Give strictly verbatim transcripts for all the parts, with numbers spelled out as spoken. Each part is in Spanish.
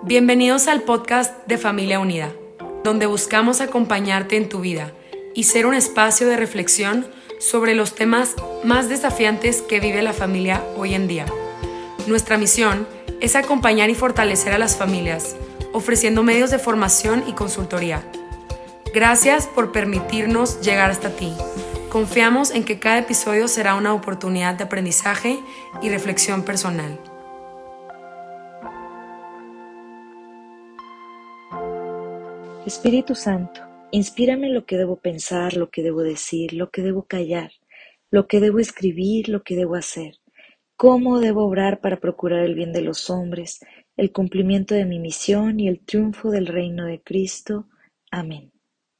Bienvenidos al podcast de Familia Unida, donde buscamos acompañarte en tu vida y ser un espacio de reflexión sobre los temas más desafiantes que vive la familia hoy en día. Nuestra misión es acompañar y fortalecer a las familias, ofreciendo medios de formación y consultoría. Gracias por permitirnos llegar hasta ti. Confiamos en que cada episodio será una oportunidad de aprendizaje y reflexión personal. Espíritu Santo, inspírame lo que debo pensar, lo que debo decir, lo que debo callar, lo que debo escribir, lo que debo hacer, cómo debo obrar para procurar el bien de los hombres, el cumplimiento de mi misión y el triunfo del reino de Cristo. Amén.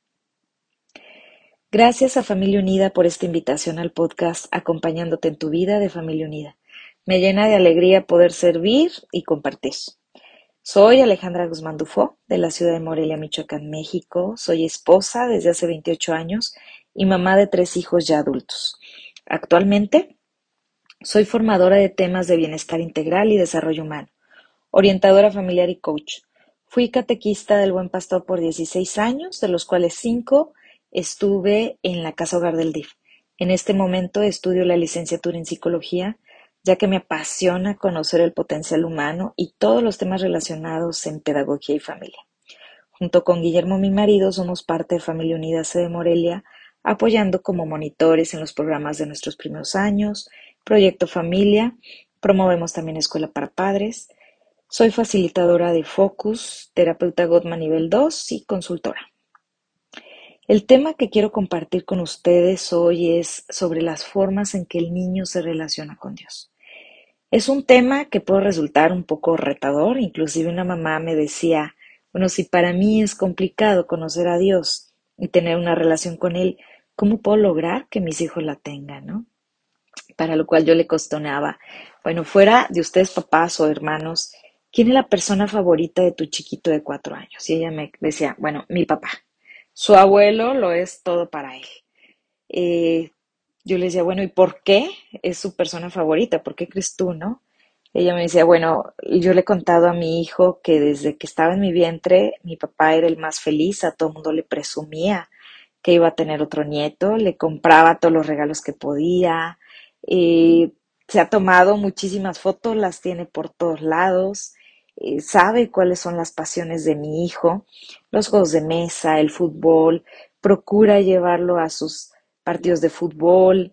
Gracias a Familia Unida por esta invitación al podcast Acompañándote en tu vida de Familia Unida. Me llena de alegría poder servir y compartir. Soy Alejandra Guzmán Dufo, de la ciudad de Morelia, Michoacán, México. Soy esposa desde hace veintiocho años y mamá de tres hijos ya adultos. Actualmente soy formadora de temas de bienestar integral y desarrollo humano, orientadora familiar y coach. Fui catequista del Buen Pastor por dieciséis años, de los cuales cinco estuve en la Casa Hogar del D I F. En este momento estudio la licenciatura en psicología, ya que me apasiona conocer el potencial humano y todos los temas relacionados en pedagogía y familia. Junto con Guillermo, mi marido, somos parte de Familia Unida C de Morelia, apoyando como monitores en los programas de nuestros primeros años, Proyecto Familia, promovemos también Escuela para Padres. Soy facilitadora de Focus, terapeuta Gottman nivel dos y consultora. El tema que quiero compartir con ustedes hoy es sobre las formas en que el niño se relaciona con Dios. Es un tema que puede resultar un poco retador, inclusive una mamá me decía, bueno, si para mí es complicado conocer a Dios y tener una relación con Él, ¿cómo puedo lograr que mis hijos la tengan, no? Para lo cual yo le cuestionaba, bueno, fuera de ustedes papás o hermanos, ¿quién es la persona favorita de tu chiquito de cuatro años? Y ella me decía, bueno, mi papá. Su abuelo lo es todo para él. Eh, yo le decía, bueno, ¿y por qué es su persona favorita? ¿Por qué crees tú, no? Ella me decía, bueno, yo le he contado a mi hijo que desde que estaba en mi vientre, mi papá era el más feliz, a todo el mundo le presumía que iba a tener otro nieto, le compraba todos los regalos que podía, eh, se ha tomado muchísimas fotos, las tiene por todos lados, eh, sabe cuáles son las pasiones de mi hijo, los juegos de mesa, el fútbol, procura llevarlo a sus partidos de fútbol,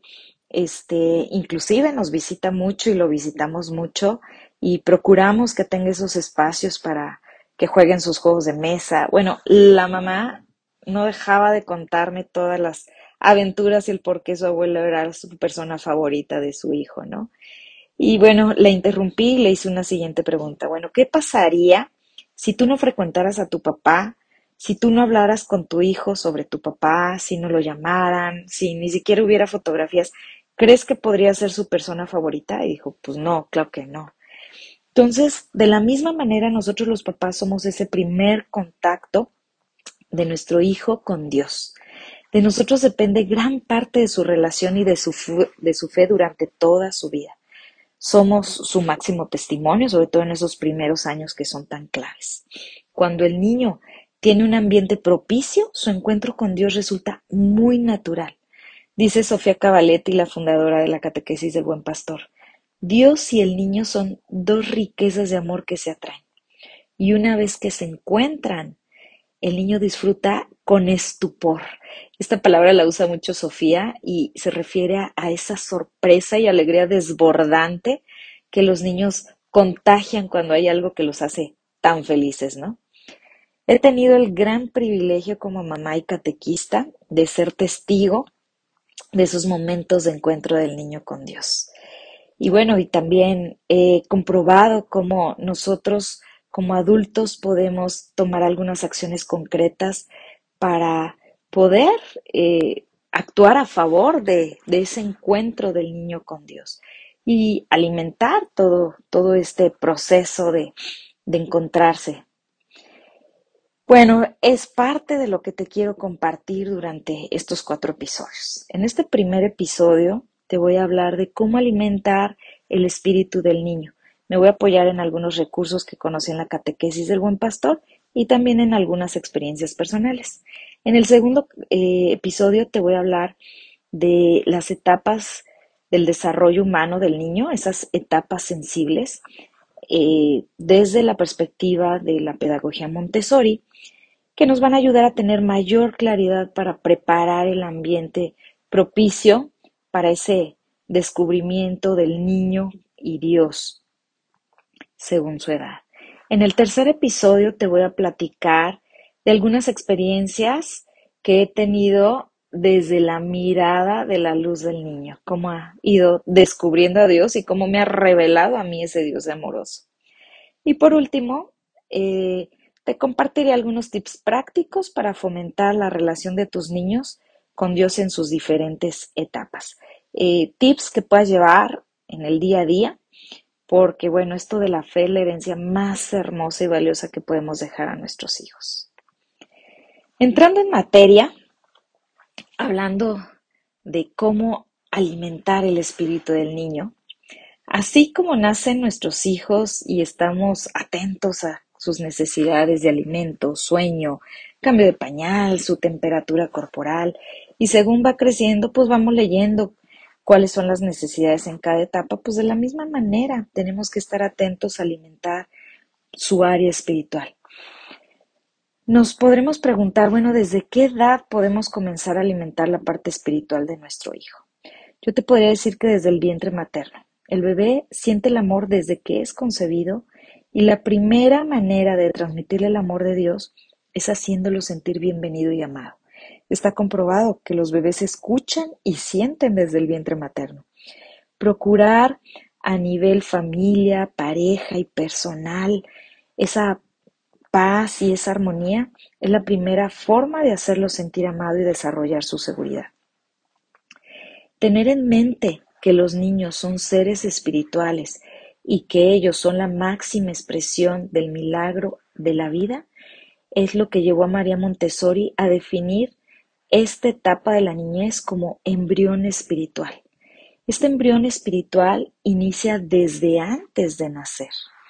este, inclusive nos visita mucho y lo visitamos mucho y procuramos que tenga esos espacios para que jueguen sus juegos de mesa. Bueno, la mamá no dejaba de contarme todas las aventuras y el por qué su abuelo era su persona favorita de su hijo, ¿no? Y bueno, le interrumpí y le hice una siguiente pregunta. Bueno, ¿qué pasaría si tú no frecuentaras a tu papá, si tú no hablaras con tu hijo sobre tu papá, si no lo llamaran, si ni siquiera hubiera fotografías? ¿Crees que podría ser su persona favorita? Y dijo, pues no, claro que no. Entonces, de la misma manera, nosotros los papás somos ese primer contacto de nuestro hijo con Dios. De nosotros depende gran parte de su relación y de su, de su fe durante toda su vida. Somos su máximo testimonio, sobre todo en esos primeros años que son tan claves. Cuando el niño tiene un ambiente propicio, su encuentro con Dios resulta muy natural. Dice Sofía Cavaletti, la fundadora de la Catequesis del Buen Pastor, Dios y el niño son dos riquezas de amor que se atraen. Y una vez que se encuentran, el niño disfruta con estupor. Esta palabra la usa mucho Sofía y se refiere a, a esa sorpresa y alegría desbordante que los niños contagian cuando hay algo que los hace tan felices, ¿no? He tenido el gran privilegio como mamá y catequista de ser testigo de esos momentos de encuentro del niño con Dios. Y bueno, y también he comprobado cómo nosotros como adultos podemos tomar algunas acciones concretas para poder eh, actuar a favor de, de ese encuentro del niño con Dios y alimentar todo, todo este proceso de, de encontrarse. Bueno, es parte de lo que te quiero compartir durante estos cuatro episodios. En este primer episodio te voy a hablar de cómo alimentar el espíritu del niño. Me voy a apoyar en algunos recursos que conocí en la catequesis del Buen Pastor y también en algunas experiencias personales. En el segundo eh, episodio te voy a hablar de las etapas del desarrollo humano del niño, esas etapas sensibles, eh, desde la perspectiva de la pedagogía Montessori, que nos van a ayudar a tener mayor claridad para preparar el ambiente propicio para ese descubrimiento del niño y Dios según su edad. En el tercer episodio te voy a platicar de algunas experiencias que he tenido desde la mirada de la luz del niño, cómo ha ido descubriendo a Dios y cómo me ha revelado a mí ese Dios amoroso. Y por último, eh, te compartiré algunos tips prácticos para fomentar la relación de tus niños con Dios en sus diferentes etapas. Eh, tips que puedas llevar en el día a día, porque bueno, esto de la fe es la herencia más hermosa y valiosa que podemos dejar a nuestros hijos. Entrando en materia, hablando de cómo alimentar el espíritu del niño, así como nacen nuestros hijos y estamos atentos a sus necesidades de alimento, sueño, cambio de pañal, su temperatura corporal, y según va creciendo, pues vamos leyendo cuáles son las necesidades en cada etapa, pues de la misma manera tenemos que estar atentos a alimentar su área espiritual. Nos podremos preguntar, bueno, ¿desde qué edad podemos comenzar a alimentar la parte espiritual de nuestro hijo? Yo te podría decir que desde el vientre materno. El bebé siente el amor desde que es concebido y la primera manera de transmitirle el amor de Dios es haciéndolo sentir bienvenido y amado. Está comprobado que los bebés escuchan y sienten desde el vientre materno. Procurar a nivel familia, pareja y personal esa paz y esa armonía es la primera forma de hacerlo sentir amado y desarrollar su seguridad. Tener en mente que los niños son seres espirituales y que ellos son la máxima expresión del milagro de la vida es lo que llevó a María Montessori a definir esta etapa de la niñez como embrión espiritual. Este embrión espiritual inicia desde antes de nacer.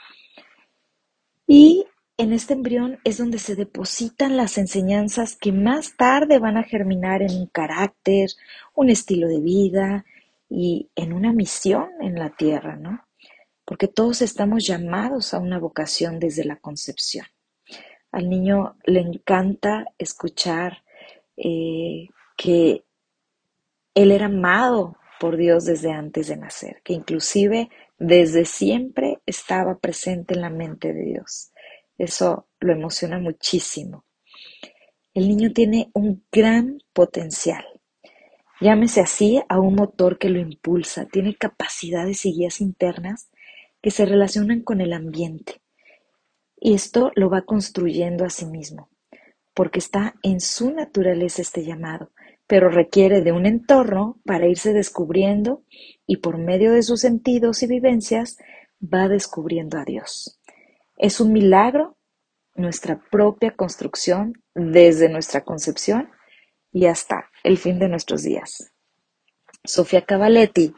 Y en este embrión es donde se depositan las enseñanzas que más tarde van a germinar en un carácter, un estilo de vida y en una misión en la tierra, ¿no? Porque todos estamos llamados a una vocación desde la concepción. Al niño le encanta escuchar eh, que él era amado por Dios desde antes de nacer, que inclusive desde siempre estaba presente en la mente de Dios. Eso lo emociona muchísimo. El niño tiene un gran potencial. Llámese así a un motor que lo impulsa. Tiene capacidades y guías internas que se relacionan con el ambiente. Y esto lo va construyendo a sí mismo, porque está en su naturaleza este llamado, pero requiere de un entorno para irse descubriendo y por medio de sus sentidos y vivencias va descubriendo a Dios. Es un milagro nuestra propia construcción desde nuestra concepción y hasta el fin de nuestros días. Sofía Cavalletti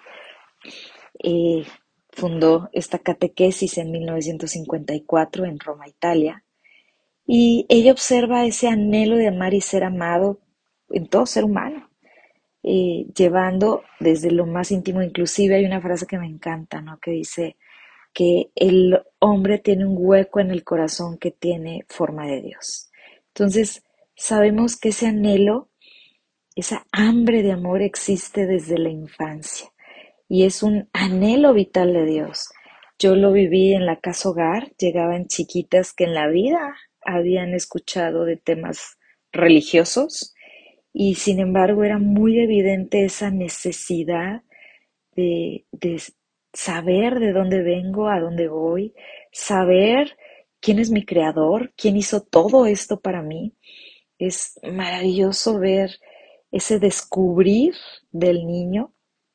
eh, fundó esta catequesis en mil novecientos cincuenta y cuatro en Roma, Italia, y ella observa ese anhelo de amar y ser amado en todo ser humano, eh, llevando desde lo más íntimo. Inclusive hay una frase que me encanta, ¿no? Que dice que el hombre tiene un hueco en el corazón que tiene forma de Dios. Entonces, sabemos que ese anhelo, esa hambre de amor existe desde la infancia y es un anhelo vital de Dios. Yo lo viví en la casa hogar, llegaban chiquitas que en la vida habían escuchado de temas religiosos y sin embargo era muy evidente esa necesidad de, de saber de dónde vengo, a dónde voy, saber quién es mi creador, quién hizo todo esto para mí. Es maravilloso ver ese descubrir del niño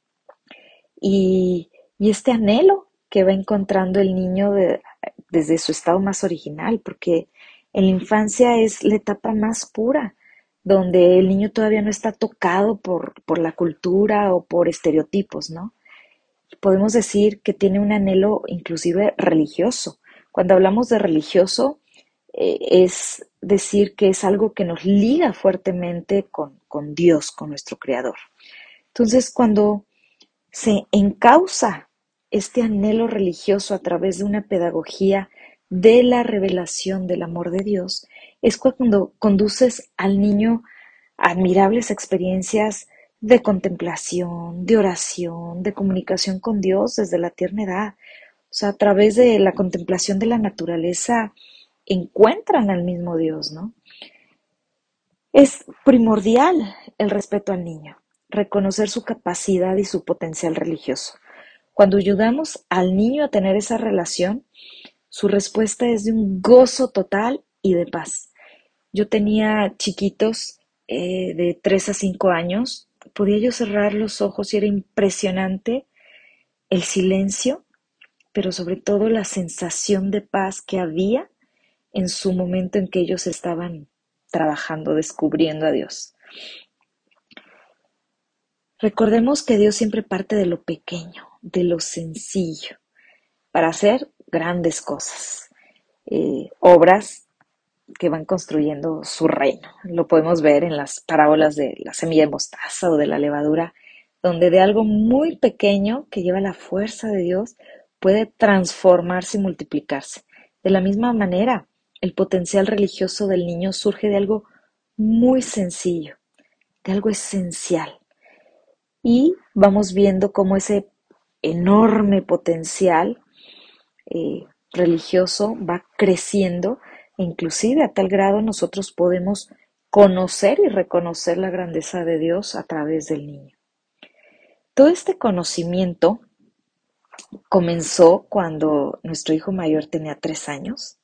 y, y este anhelo que va encontrando el niño de, desde su estado más original, porque en la infancia es la etapa más pura, donde el niño todavía no está tocado por, por la cultura o por estereotipos, ¿no? podemos decir que tiene un anhelo inclusive religioso. Cuando hablamos de religioso, eh, es decir que es algo que nos liga fuertemente con, con Dios, con nuestro Creador. Entonces, cuando se encausa este anhelo religioso a través de una pedagogía de la revelación del amor de Dios, es cuando conduces al niño a admirables experiencias de contemplación, de oración, de comunicación con Dios desde la tierna edad. O sea, a través de la contemplación de la naturaleza encuentran al mismo Dios, ¿no? Es primordial el respeto al niño, reconocer su capacidad y su potencial religioso. Cuando ayudamos al niño a tener esa relación, su respuesta es de un gozo total y de paz. Yo tenía chiquitos eh, de tres a cinco años, podía yo cerrar los ojos y era impresionante el silencio, pero sobre todo la sensación de paz que había en su momento en que ellos estaban trabajando, descubriendo a Dios. Recordemos que Dios siempre parte de lo pequeño, de lo sencillo, para hacer grandes cosas, eh, obras que van construyendo su reino. Lo podemos ver en las parábolas de la semilla de mostaza o de la levadura, donde de algo muy pequeño que lleva la fuerza de Dios puede transformarse y multiplicarse. De la misma manera, el potencial religioso del niño surge de algo muy sencillo, de algo esencial. Y vamos viendo cómo ese enorme potencial eh, religioso va creciendo, e inclusive a tal grado nosotros podemos conocer y reconocer la grandeza de Dios a través del niño. Todo este conocimiento comenzó cuando nuestro hijo mayor tenía tres años.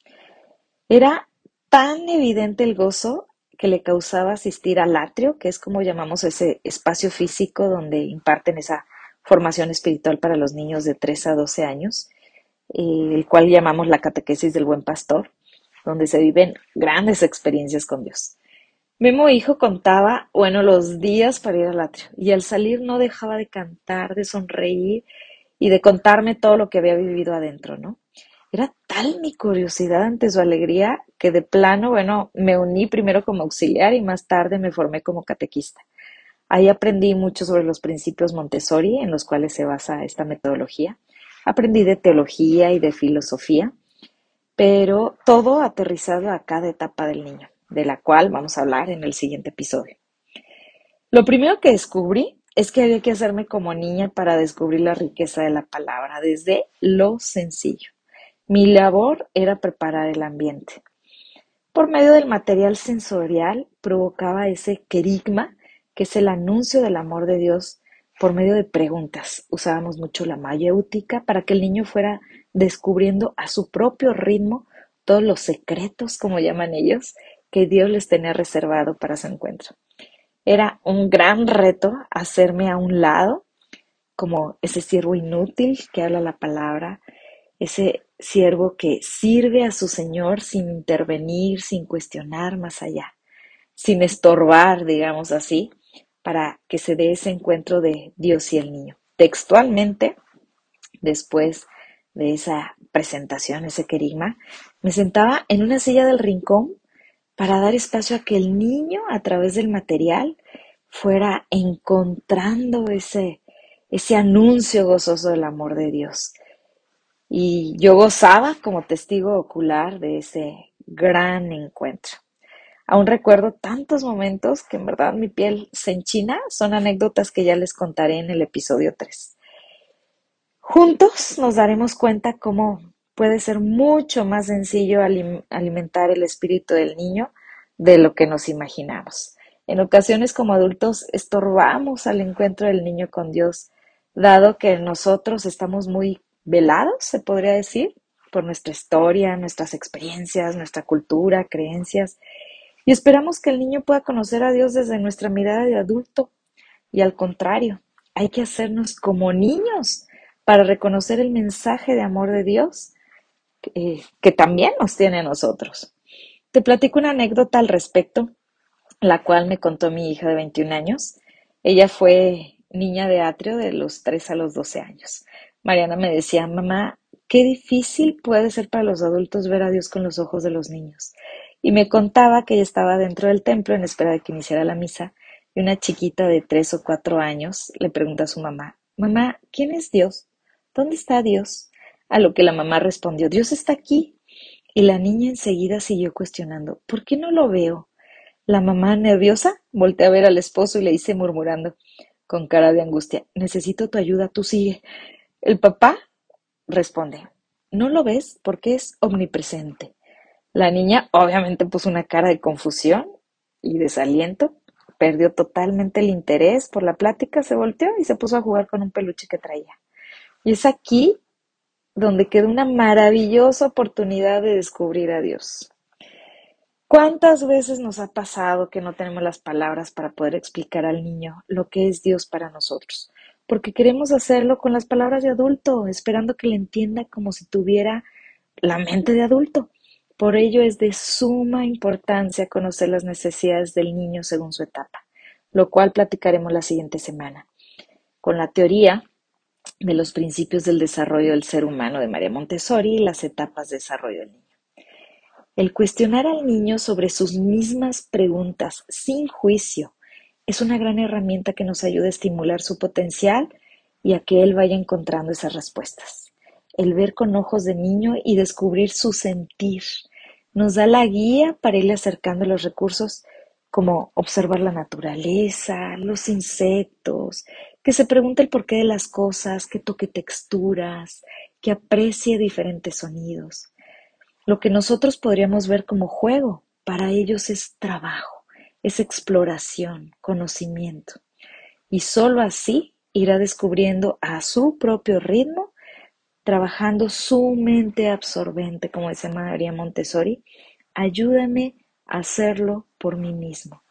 Era tan evidente el gozo que le causaba asistir al atrio, que es como llamamos ese espacio físico donde imparten esa formación espiritual para los niños de tres a doce años, eh, el cual llamamos la catequesis del buen pastor, donde se viven grandes experiencias con Dios. Memo hijo contaba, bueno, los días para ir al atrio, y al salir no dejaba de cantar, de sonreír y de contarme todo lo que había vivido adentro, ¿no? Era tal mi curiosidad ante su alegría que de plano, bueno, me uní primero como auxiliar y más tarde me formé como catequista. Ahí aprendí mucho sobre los principios Montessori en los cuales se basa esta metodología. Aprendí de teología y de filosofía, pero todo aterrizado a cada etapa del niño, de la cual vamos a hablar en el siguiente episodio. Lo primero que descubrí es que había que hacerme como niña para descubrir la riqueza de la palabra, desde lo sencillo. Mi labor era preparar el ambiente. Por medio del material sensorial provocaba ese querigma, que es el anuncio del amor de Dios, por medio de preguntas. Usábamos mucho la mayéutica para que el niño fuera descubriendo a su propio ritmo todos los secretos, como llaman ellos, que Dios les tenía reservado para su encuentro. Era un gran reto hacerme a un lado, como ese siervo inútil que habla la palabra, ese siervo que sirve a su Señor sin intervenir, sin cuestionar más allá, sin estorbar, digamos así, para que se dé ese encuentro de Dios y el niño. Textualmente, después de esa presentación, ese querigma, me sentaba en una silla del rincón para dar espacio a que el niño, a través del material, fuera encontrando ese, ese anuncio gozoso del amor de Dios. Y yo gozaba como testigo ocular de ese gran encuentro. Aún recuerdo tantos momentos que en verdad mi piel se enchina. Son anécdotas que ya les contaré en el episodio tres. Juntos nos daremos cuenta cómo puede ser mucho más sencillo alimentar el espíritu del niño de lo que nos imaginamos. En ocasiones como adultos estorbamos al encuentro del niño con Dios, dado que nosotros estamos muy velados, se podría decir, por nuestra historia, nuestras experiencias, nuestra cultura, creencias, y esperamos que el niño pueda conocer a Dios desde nuestra mirada de adulto. Y al contrario, hay que hacernos como niños para reconocer el mensaje de amor de Dios eh, que también nos tiene a nosotros. Te platico una anécdota al respecto, la cual me contó mi hija de veintiún años. Ella fue niña de atrio de los tres a los doce años. Mariana me decía, mamá, qué difícil puede ser para los adultos ver a Dios con los ojos de los niños. Y me contaba que ella estaba dentro del templo en espera de que iniciara la misa y una chiquita de tres o cuatro años le pregunta a su mamá, mamá, ¿quién es Dios? ¿Dónde está Dios? A lo que la mamá respondió, Dios está aquí. Y la niña enseguida siguió cuestionando, ¿por qué no lo veo? La mamá, nerviosa, voltea a ver al esposo y le dice murmurando, con cara de angustia, necesito tu ayuda, tú sigue. El papá responde, ¿no lo ves? Porque es omnipresente. La niña obviamente puso una cara de confusión y desaliento, perdió totalmente el interés por la plática, se volteó y se puso a jugar con un peluche que traía. Y es aquí donde queda una maravillosa oportunidad de descubrir a Dios. ¿Cuántas veces nos ha pasado que no tenemos las palabras para poder explicar al niño lo que es Dios para nosotros? Porque queremos hacerlo con las palabras de adulto, esperando que le entienda como si tuviera la mente de adulto. Por ello es de suma importancia conocer las necesidades del niño según su etapa, lo cual platicaremos la siguiente semana. Con la teoría de los principios del desarrollo del ser humano de María Montessori y las etapas de desarrollo del niño. El cuestionar al niño sobre sus mismas preguntas sin juicio es una gran herramienta que nos ayuda a estimular su potencial y a que él vaya encontrando esas respuestas. El ver con ojos de niño y descubrir su sentir nos da la guía para irle acercando los recursos como observar la naturaleza, los insectos, que se pregunte el porqué de las cosas, que toque texturas, que aprecie diferentes sonidos. Lo que nosotros podríamos ver como juego, para ellos es trabajo, es exploración, conocimiento. Y solo así irá descubriendo a su propio ritmo, trabajando su mente absorbente, como dice María Montessori, ayúdame a hacerlo por mí mismo.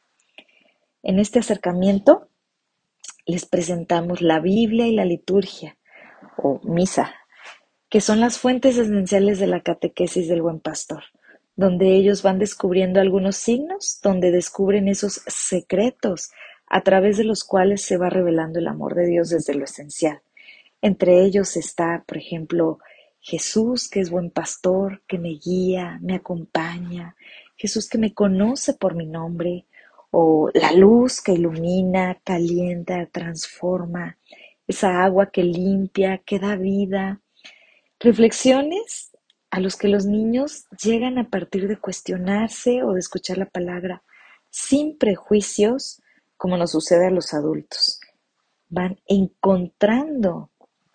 En este acercamiento les presentamos la Biblia y la liturgia, o misa, que son las fuentes esenciales de la catequesis del buen pastor, donde ellos van descubriendo algunos signos, donde descubren esos secretos a través de los cuales se va revelando el amor de Dios desde lo esencial. Entre ellos está, por ejemplo, Jesús, que es buen pastor, que me guía, me acompaña, Jesús que me conoce por mi nombre, o la luz que ilumina, calienta, transforma, esa agua que limpia, que da vida. Reflexiones a los que los niños llegan a partir de cuestionarse o de escuchar la palabra sin prejuicios, como nos sucede a los adultos. Van encontrando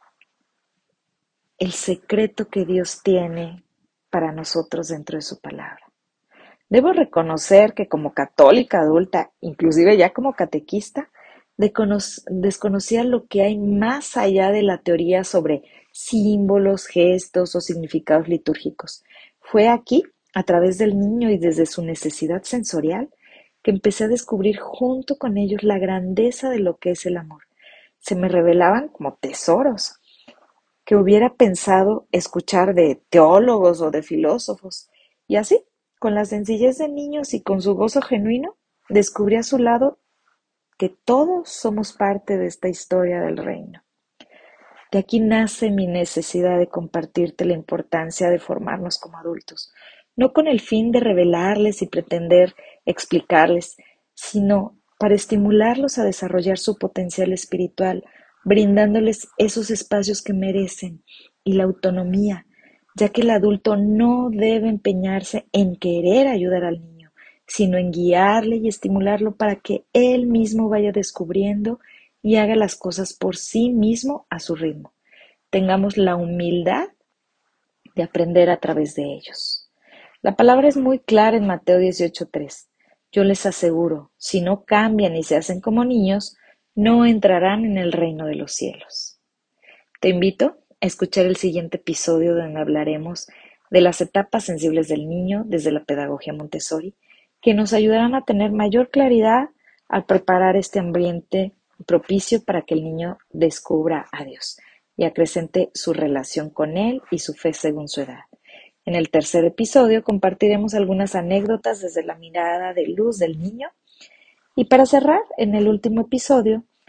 el secreto que Dios tiene para nosotros dentro de su palabra. Debo reconocer que como católica adulta, inclusive ya como catequista, desconocía lo que hay más allá de la teoría sobre símbolos, gestos o significados litúrgicos. Fue aquí, a través del niño y desde su necesidad sensorial, que empecé a descubrir junto con ellos la grandeza de lo que es el amor. Se me revelaban como tesoros que hubiera pensado escuchar de teólogos o de filósofos. Y así, con la sencillez de niños y con su gozo genuino, descubrí a su lado que todos somos parte de esta historia del reino. De aquí nace mi necesidad de compartirte la importancia de formarnos como adultos, no con el fin de revelarles y pretender explicarles, sino para estimularlos a desarrollar su potencial espiritual, brindándoles esos espacios que merecen y la autonomía, ya que el adulto no debe empeñarse en querer ayudar al niño, sino en guiarle y estimularlo para que él mismo vaya descubriendo y haga las cosas por sí mismo a su ritmo. Tengamos la humildad de aprender a través de ellos. La palabra es muy clara en Mateo dieciocho tres. Yo les aseguro, si no cambian y se hacen como niños, no entrarán en el reino de los cielos. Te invito a escuchar el siguiente episodio donde hablaremos de las etapas sensibles del niño desde la pedagogía Montessori, que nos ayudarán a tener mayor claridad al preparar este ambiente propicio para que el niño descubra a Dios y acrecente su relación con Él y su fe según su edad. En el tercer episodio compartiremos algunas anécdotas desde la mirada de luz del niño. Y para cerrar, en el último episodio,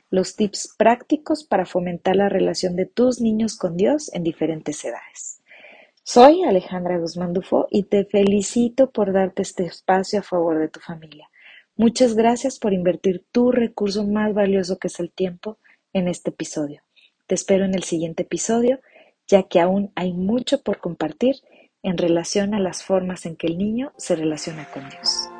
los tips prácticos para fomentar la relación de tus niños con Dios en diferentes edades. Soy Alejandra Guzmán Dufo y te felicito por darte este espacio a favor de tu familia. Muchas gracias por invertir tu recurso más valioso que es el tiempo en este episodio. Te espero en el siguiente episodio, ya que aún hay mucho por compartir en relación a las formas en que el niño se relaciona con Dios.